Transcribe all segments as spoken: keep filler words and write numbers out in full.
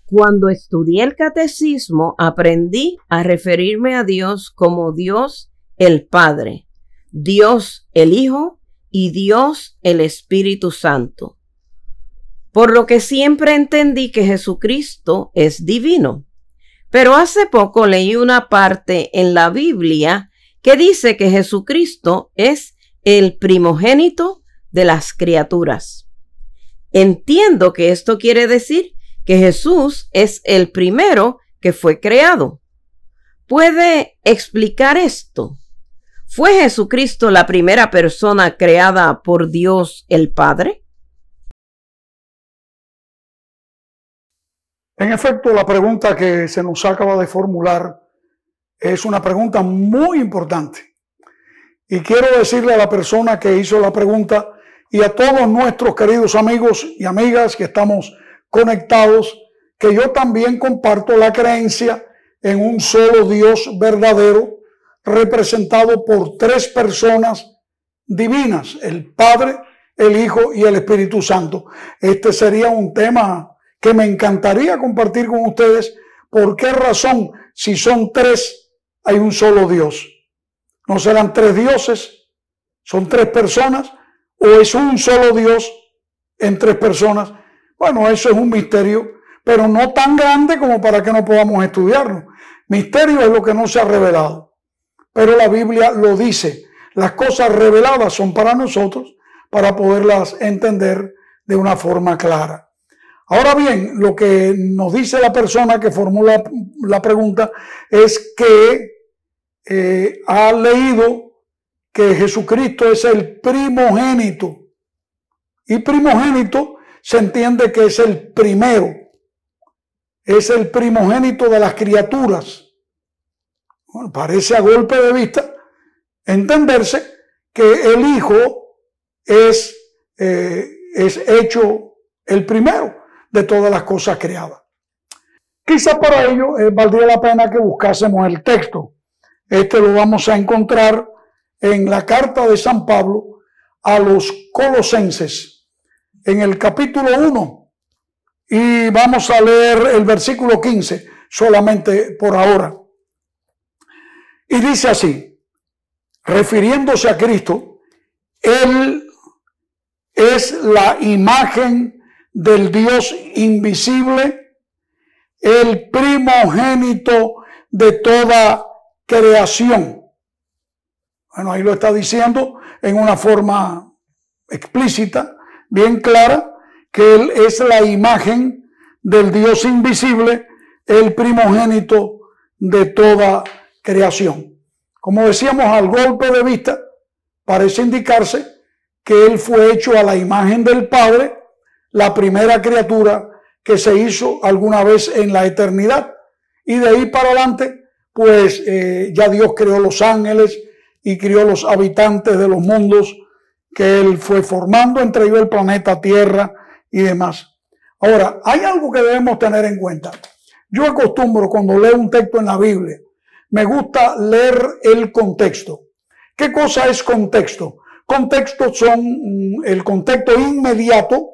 Cuando estudié el catecismo, aprendí a referirme a Dios como Dios el Padre, Dios el Hijo y Dios el Espíritu Santo. Por lo que siempre entendí que Jesucristo es divino. Pero hace poco leí una parte en la Biblia que dice que Jesucristo es el primogénito de las criaturas. Entiendo que esto quiere decir que Jesús es el primero que fue creado. ¿Puede explicar esto? ¿Fue Jesucristo la primera persona creada por Dios el Padre? En efecto, la pregunta que se nos acaba de formular es una pregunta muy importante. Y quiero decirle a la persona que hizo la pregunta y a todos nuestros queridos amigos y amigas que estamos conectados, que yo también comparto la creencia en un solo Dios verdadero, representado por tres personas divinas, el Padre, el Hijo y el Espíritu Santo. Este sería un tema que me encantaría compartir con ustedes. ¿Por qué razón, si son tres, hay un solo Dios? ¿No serán tres dioses? ¿Son tres personas? ¿O es un solo Dios en tres personas? Bueno, eso es un misterio, pero no tan grande como para que no podamos estudiarlo. Misterio es lo que no se ha revelado. Pero la Biblia lo dice. Las cosas reveladas son para nosotros, para poderlas entender de una forma clara. Ahora bien, lo que nos dice la persona que formula la pregunta es que eh, ha leído que Jesucristo es el primogénito. Y primogénito se entiende que es el primero. Es el primogénito de las criaturas. Bueno, parece a golpe de vista entenderse que el Hijo es, eh, es hecho el primero de todas las cosas creadas. Quizá para ello eh, valdría la pena que buscásemos el texto. Este lo vamos a encontrar en la carta de San Pablo a los Colosenses, en el capítulo uno, y vamos a leer el versículo quince solamente por ahora. Y dice así, refiriéndose a Cristo, Él es la imagen del Dios invisible, el primogénito de toda creación. Bueno, ahí lo está diciendo en una forma explícita, bien clara, que Él es la imagen del Dios invisible, el primogénito de toda creación. Como decíamos, al golpe de vista, parece indicarse que Él fue hecho a la imagen del Padre, la primera criatura que se hizo alguna vez en la eternidad. Y de ahí para adelante, pues eh, ya Dios creó los ángeles y creó los habitantes de los mundos que Él fue formando, entre ellos el planeta Tierra y demás. Ahora, hay algo que debemos tener en cuenta. Yo acostumbro, cuando leo un texto en la Biblia, me gusta leer el contexto. ¿Qué cosa es contexto? Contextos son el contexto inmediato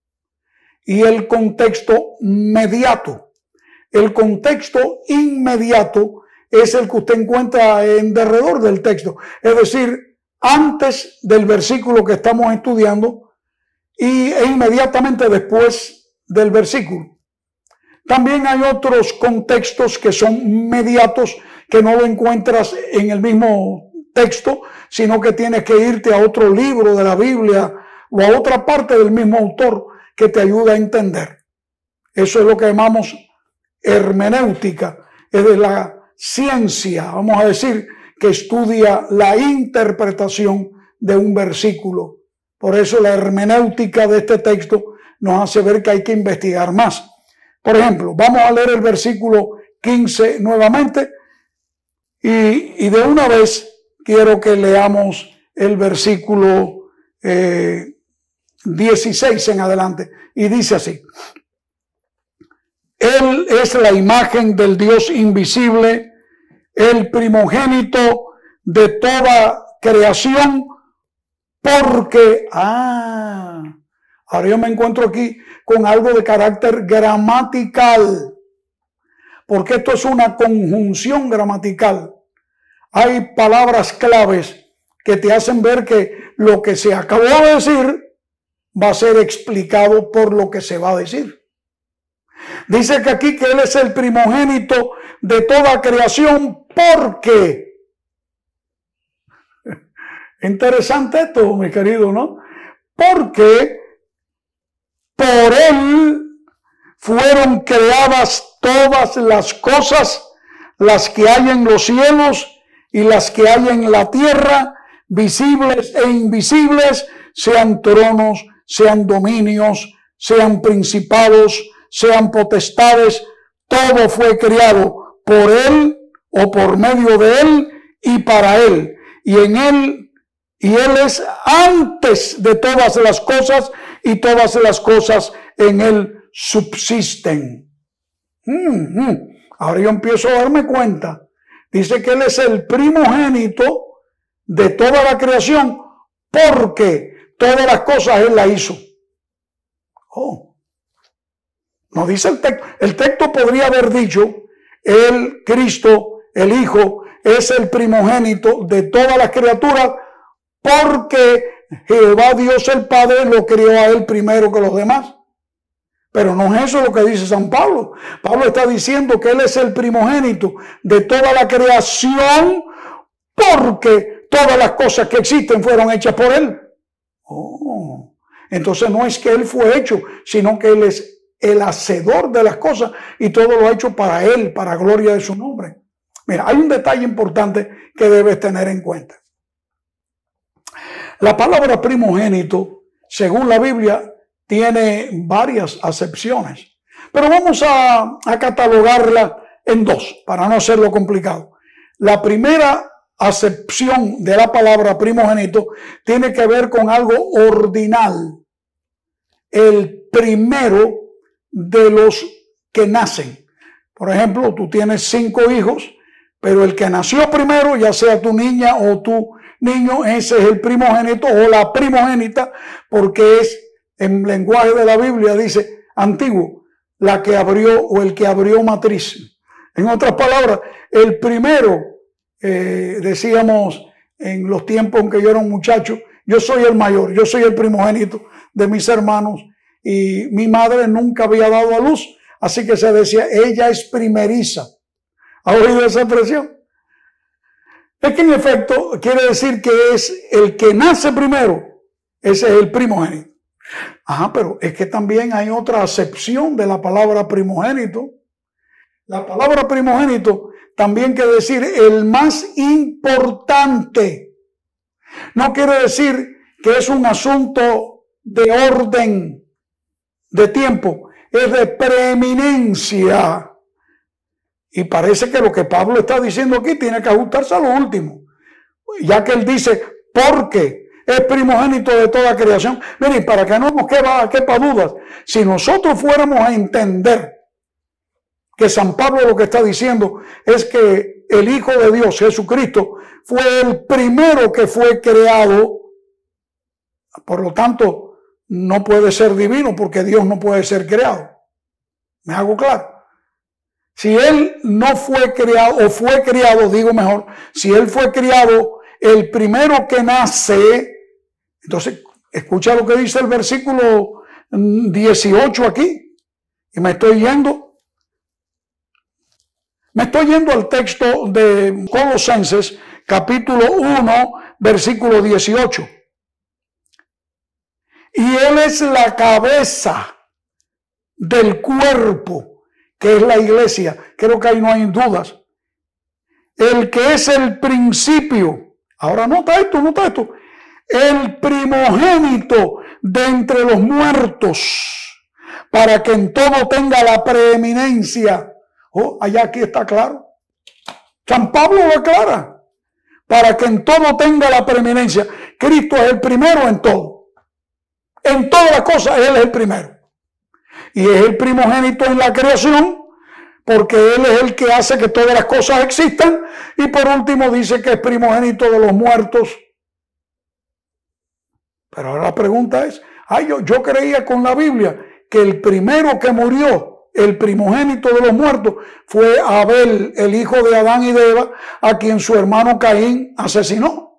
y el contexto mediato. El contexto inmediato es el que usted encuentra en derredor del texto, es decir, antes del versículo que estamos estudiando y, e inmediatamente después del versículo. También hay otros contextos que son mediatos, que no lo encuentras en el mismo texto, sino que tienes que irte a otro libro de la Biblia o a otra parte del mismo autor que te ayuda a entender. Eso es lo que llamamos hermenéutica, es de la ciencia, vamos a decir, que estudia la interpretación de un versículo. Por eso la hermenéutica de este texto nos hace ver que hay que investigar más. Por ejemplo, vamos a leer el versículo quince nuevamente y, y de una vez quiero que leamos el versículo eh, dieciséis en adelante. Y dice así: Él es la imagen del Dios invisible, el primogénito de toda creación, porque, ah, Ahora yo me encuentro aquí con algo de carácter gramatical, porque esto es una conjunción gramatical. Hay palabras claves que te hacen ver que lo que se acabó de decir va a ser explicado por lo que se va a decir. Dice que aquí que Él es el primogénito de toda creación porque... Interesante esto, mi querido, ¿no? Porque por Él fueron creadas todas las cosas, las que hay en los cielos y las que hay en la tierra, visibles e invisibles, sean tronos, sean dominios, sean principados, sean potestades, todo fue creado por Él o por medio de Él y para Él. Y en Él, y Él es antes de todas las cosas y todas las cosas en Él subsisten. Mm, mm. Ahora yo empiezo a darme cuenta. Dice que Él es el primogénito de toda la creación porque todas las cosas Él las hizo. Oh. No dice el texto. El texto podría haber dicho, el Cristo, el Hijo, es el primogénito de todas las criaturas porque Jehová Dios el Padre lo crió a Él primero que los demás. Pero no es eso lo que dice San Pablo. Pablo está diciendo que Él es el primogénito de toda la creación porque todas las cosas que existen fueron hechas por Él. Oh. Entonces no es que Él fue hecho, sino que Él es el hacedor de las cosas y todo lo ha hecho para Él, para gloria de su nombre. Mira, hay un detalle importante que debes tener en cuenta. La palabra primogénito, según la Biblia, tiene varias acepciones, pero vamos a, a catalogarla en dos, para no hacerlo complicado. La primera acepción de la palabra primogénito tiene que ver con algo ordinal, el primero de los que nacen. Por ejemplo, tú tienes cinco hijos, pero el que nació primero, ya sea tu niña o tu niño, ese es el primogénito o la primogénita, porque es, en lenguaje de la Biblia, dice antiguo, la que abrió o el que abrió matriz. En otras palabras, el primero, eh, decíamos en los tiempos en que yo era un muchacho, yo soy el mayor, yo soy el primogénito de mis hermanos y mi madre nunca había dado a luz, así que se decía, ella es primeriza. ¿Ha oído esa expresión? Es que en efecto quiere decir que es el que nace primero, ese es el primogénito. Ajá, pero es que también hay otra acepción de la palabra primogénito. La palabra primogénito también quiere decir el más importante. No quiere decir que es un asunto de orden, de tiempo, es de preeminencia. Y parece que lo que Pablo está diciendo aquí tiene que ajustarse a lo último. Ya que él dice, porque es primogénito de toda creación. Miren, para que no nos quepa, quepa dudas, si nosotros fuéramos a entender que San Pablo lo que está diciendo es que el Hijo de Dios, Jesucristo, fue el primero que fue creado, por lo tanto, no puede ser divino porque Dios no puede ser creado. ¿Me hago claro? Si Él no fue creado, o fue criado, digo mejor, si Él fue criado el primero que nace, entonces escucha lo que dice el versículo dieciocho aquí, y me estoy yendo, me estoy yendo al texto de Colosenses, capítulo uno, versículo dieciocho. Y Él es la cabeza del cuerpo, que es la iglesia. Creo que ahí no hay dudas. El que es el principio. Ahora nota esto, nota esto. El primogénito de entre los muertos, para que en todo tenga la preeminencia. Oh, allá aquí está claro. San Pablo lo aclara. Para que en todo tenga la preeminencia. Cristo es el primero en todo. En todas las cosas Él es el primero. Y es el primogénito en la creación, porque Él es el que hace que todas las cosas existan. Y por último dice que es primogénito de los muertos. Pero ahora la pregunta es, Ay, yo, yo creía con la Biblia que el primero que murió, el primogénito de los muertos, fue Abel, el hijo de Adán y de Eva, a quien su hermano Caín asesinó.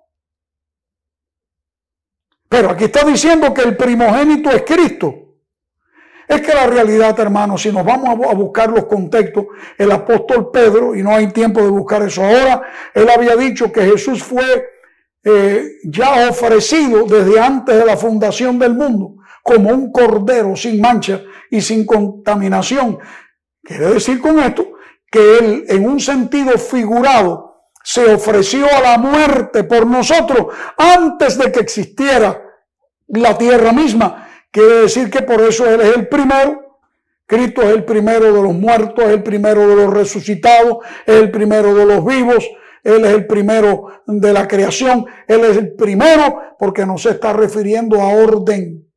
Pero aquí está diciendo que el primogénito es Cristo. Es que la realidad, hermanos, si nos vamos a buscar los contextos, el apóstol Pedro, y no hay tiempo de buscar eso ahora, él había dicho que Jesús fue eh, ya ofrecido desde antes de la fundación del mundo como un cordero sin mancha y sin contaminación. Quiere decir con esto que él, en un sentido figurado, se ofreció a la muerte por nosotros antes de que existiera la tierra misma. Quiere decir que por eso Él es el primero. Cristo es el primero de los muertos, es el primero de los resucitados, es el primero de los vivos, Él es el primero de la creación, Él es el primero porque no se está refiriendo a orden.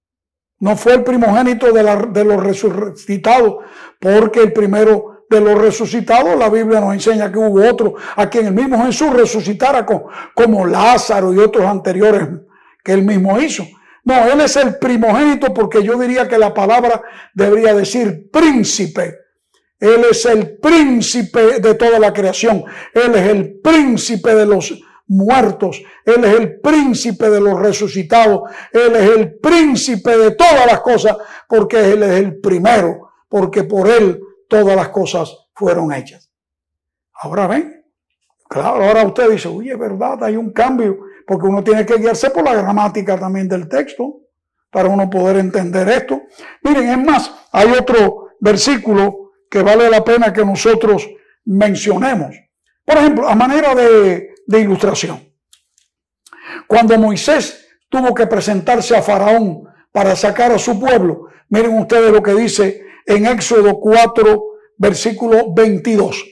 No fue el primogénito de, la, de los resucitados, porque el primero de los resucitados, la Biblia nos enseña que hubo otro a quien el mismo Jesús resucitara como, como Lázaro y otros anteriores que Él mismo hizo. No, Él es el primogénito porque yo diría que la palabra debería decir príncipe. Él es el príncipe de toda la creación. Él es el príncipe de los muertos. Él es el príncipe de los resucitados. Él es el príncipe de todas las cosas porque Él es el primero, porque por Él todas las cosas fueron hechas. Ahora ven, claro, ahora usted dice, oye, es verdad, hay un cambio. Porque uno tiene que guiarse por la gramática también del texto para uno poder entender esto. Miren, es más, hay otro versículo que vale la pena que nosotros mencionemos. Por ejemplo, a manera de, de ilustración. Cuando Moisés tuvo que presentarse a Faraón para sacar a su pueblo, miren ustedes lo que dice en Éxodo cuatro, versículo veintidós.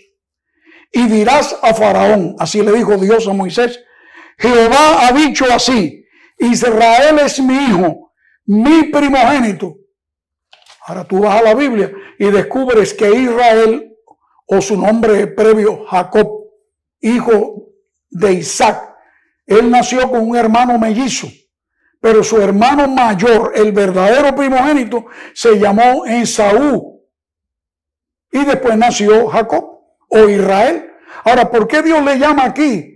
Y dirás a Faraón, así le dijo Dios a Moisés, Jehová ha dicho así, Israel es mi hijo, mi primogénito. Ahora tú vas a la Biblia y descubres que Israel, o su nombre previo, Jacob, hijo de Isaac, él nació con un hermano mellizo, pero su hermano mayor, el verdadero primogénito, se llamó Esaú. Y después nació Jacob, o Israel. Ahora, ¿por qué Dios le llama aquí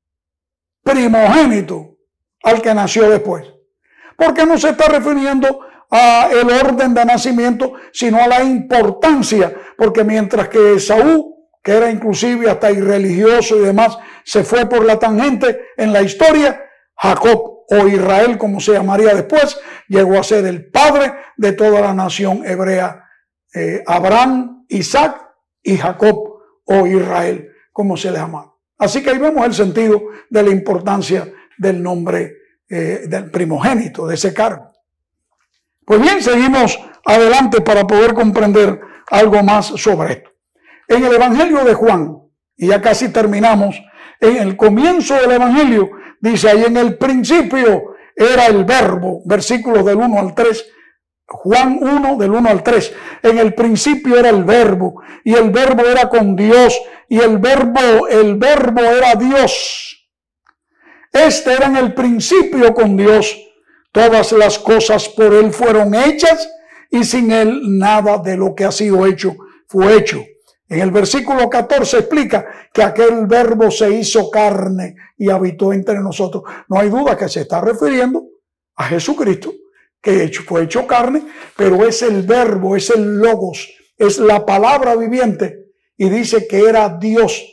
primogénito al que nació después? Porque no se está refiriendo a el orden de nacimiento, sino a la importancia, porque mientras que Esaú, que era inclusive hasta irreligioso y demás, se fue por la tangente en la historia, Jacob, o Israel como se llamaría después, llegó a ser el padre de toda la nación hebrea, eh, Abraham, Isaac y Jacob, o Israel como se le llama. Así que ahí vemos el sentido de la importancia del nombre eh, del primogénito, de ese cargo. Pues bien, seguimos adelante para poder comprender algo más sobre esto. En el Evangelio de Juan, y ya casi terminamos, en el comienzo del Evangelio, dice ahí en el principio era el verbo, versículos del uno al tres, Juan uno, del uno al tres. En el principio era el verbo, y el verbo era con Dios, y el verbo, el verbo era Dios. Este era en el principio con Dios. Todas las cosas por Él fueron hechas, y sin Él nada de lo que ha sido hecho fue hecho. En el versículo catorce explica que aquel verbo se hizo carne y habitó entre nosotros. No hay duda que se está refiriendo a Jesucristo, que fue hecho carne, pero es el verbo, es el logos, es la palabra viviente, y dice que era Dios.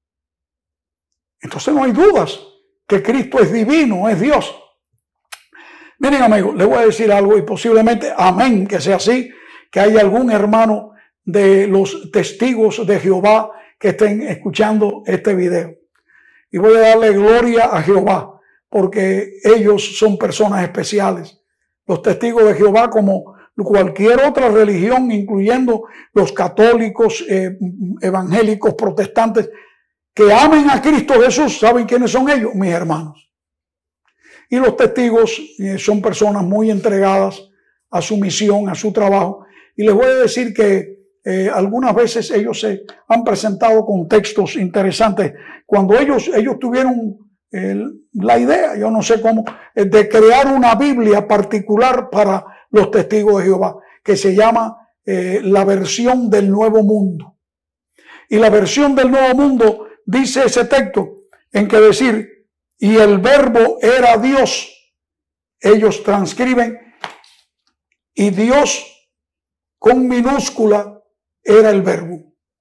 Entonces no hay dudas que Cristo es divino, es Dios. Miren, amigos, les voy a decir algo, y posiblemente, amén, que sea así, que haya algún hermano de los testigos de Jehová que estén escuchando este video. Y voy a darle gloria a Jehová, porque ellos son personas especiales. Los testigos de Jehová, como cualquier otra religión, incluyendo los católicos, eh, evangélicos, protestantes, que amen a Cristo Jesús, ¿saben quiénes son ellos? Mis hermanos. Y los testigos eh, son personas muy entregadas a su misión, a su trabajo. Y les voy a decir que eh, algunas veces ellos se han presentado con textos interesantes. Cuando ellos, ellos tuvieron el, la idea, yo no sé cómo, de crear una Biblia particular para los testigos de Jehová, que se llama eh, la versión del Nuevo Mundo. Y la versión del Nuevo Mundo dice ese texto en que decir, y el verbo era Dios. Ellos transcriben, y Dios con minúscula era el verbo.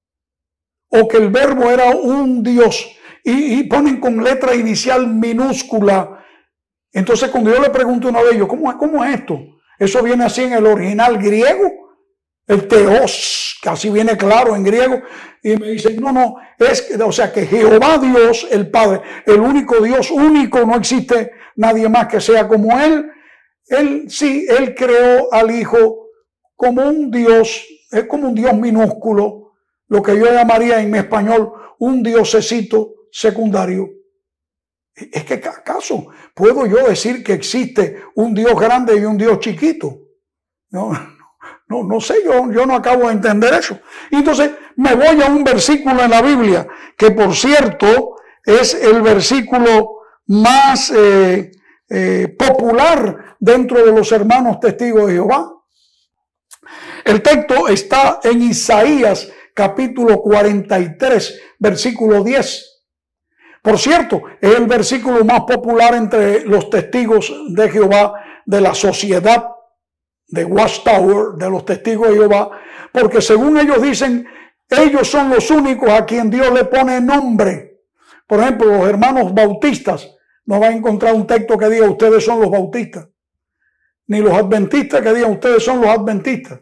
O que el verbo era un Dios. Y, y ponen con letra inicial minúscula. Entonces cuando yo le pregunto a uno de ellos, ¿cómo es, cómo es esto? Eso viene así en el original griego. El teos, que así viene claro en griego. Y me dicen, no, no, es, o sea que Jehová Dios, el Padre, el único Dios único, no existe nadie más que sea como Él. Él sí, Él creó al Hijo como un Dios, es como un Dios minúsculo, lo que yo llamaría en mi español un diosecito secundario. Es que ¿acaso puedo yo decir que existe un Dios grande y un Dios chiquito? No, no, no sé, yo, yo no acabo de entender eso. Y entonces me voy a un versículo en la Biblia, que por cierto es el versículo más eh, eh, popular dentro de los hermanos testigos de Jehová. El texto está en Isaías capítulo cuarenta y tres, versículo diez. Por cierto, es el versículo más popular entre los testigos de Jehová, de la sociedad de Watchtower, de los testigos de Jehová, porque según ellos dicen, ellos son los únicos a quien Dios le pone nombre. Por ejemplo, los hermanos bautistas, no va a encontrar un texto que diga ustedes son los bautistas, ni los adventistas que digan ustedes son los adventistas.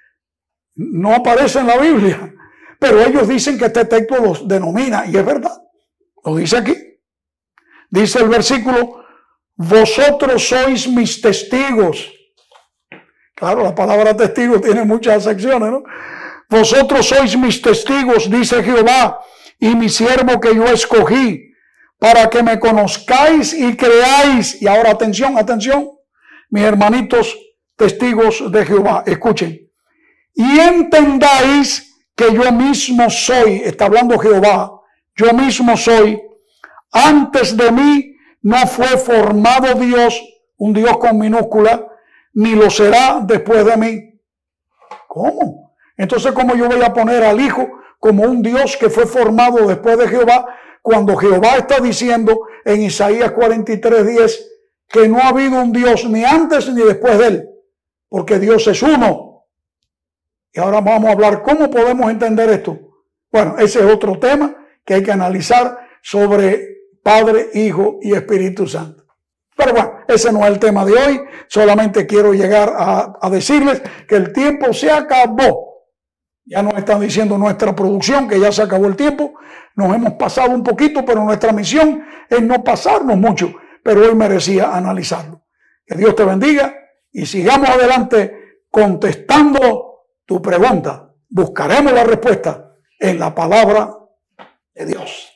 No aparece en la Biblia, pero ellos dicen que este texto los denomina, y es verdad, lo dice aquí. Dice el versículo, vosotros sois mis testigos. Claro, la palabra testigo tiene muchas secciones, ¿no? Vosotros sois mis testigos, dice Jehová, y mi siervo que yo escogí, para que me conozcáis y creáis. Y ahora atención, atención, mis hermanitos testigos de Jehová, escuchen. Y entendáis que yo mismo soy, está hablando Jehová, yo mismo soy, antes de mí no fue formado Dios, un Dios con minúscula, ni lo será después de mí. ¿Cómo? Entonces, ¿cómo yo voy a poner al Hijo como un Dios que fue formado después de Jehová, cuando Jehová está diciendo en Isaías cuarenta y tres, diez, que no ha habido un Dios ni antes ni después de él, porque Dios es uno? Y ahora vamos a hablar cómo podemos entender esto. Bueno, ese es otro tema que hay que analizar sobre Padre, Hijo y Espíritu Santo. Pero bueno, ese no es el tema de hoy. Solamente quiero llegar a, a decirles que el tiempo se acabó. Ya nos están diciendo nuestra producción que ya se acabó el tiempo. Nos hemos pasado un poquito, pero nuestra misión es no pasarnos mucho. Pero hoy merecía analizarlo. Que Dios te bendiga y sigamos adelante contestando tu pregunta. Buscaremos la respuesta en la palabra de Dios.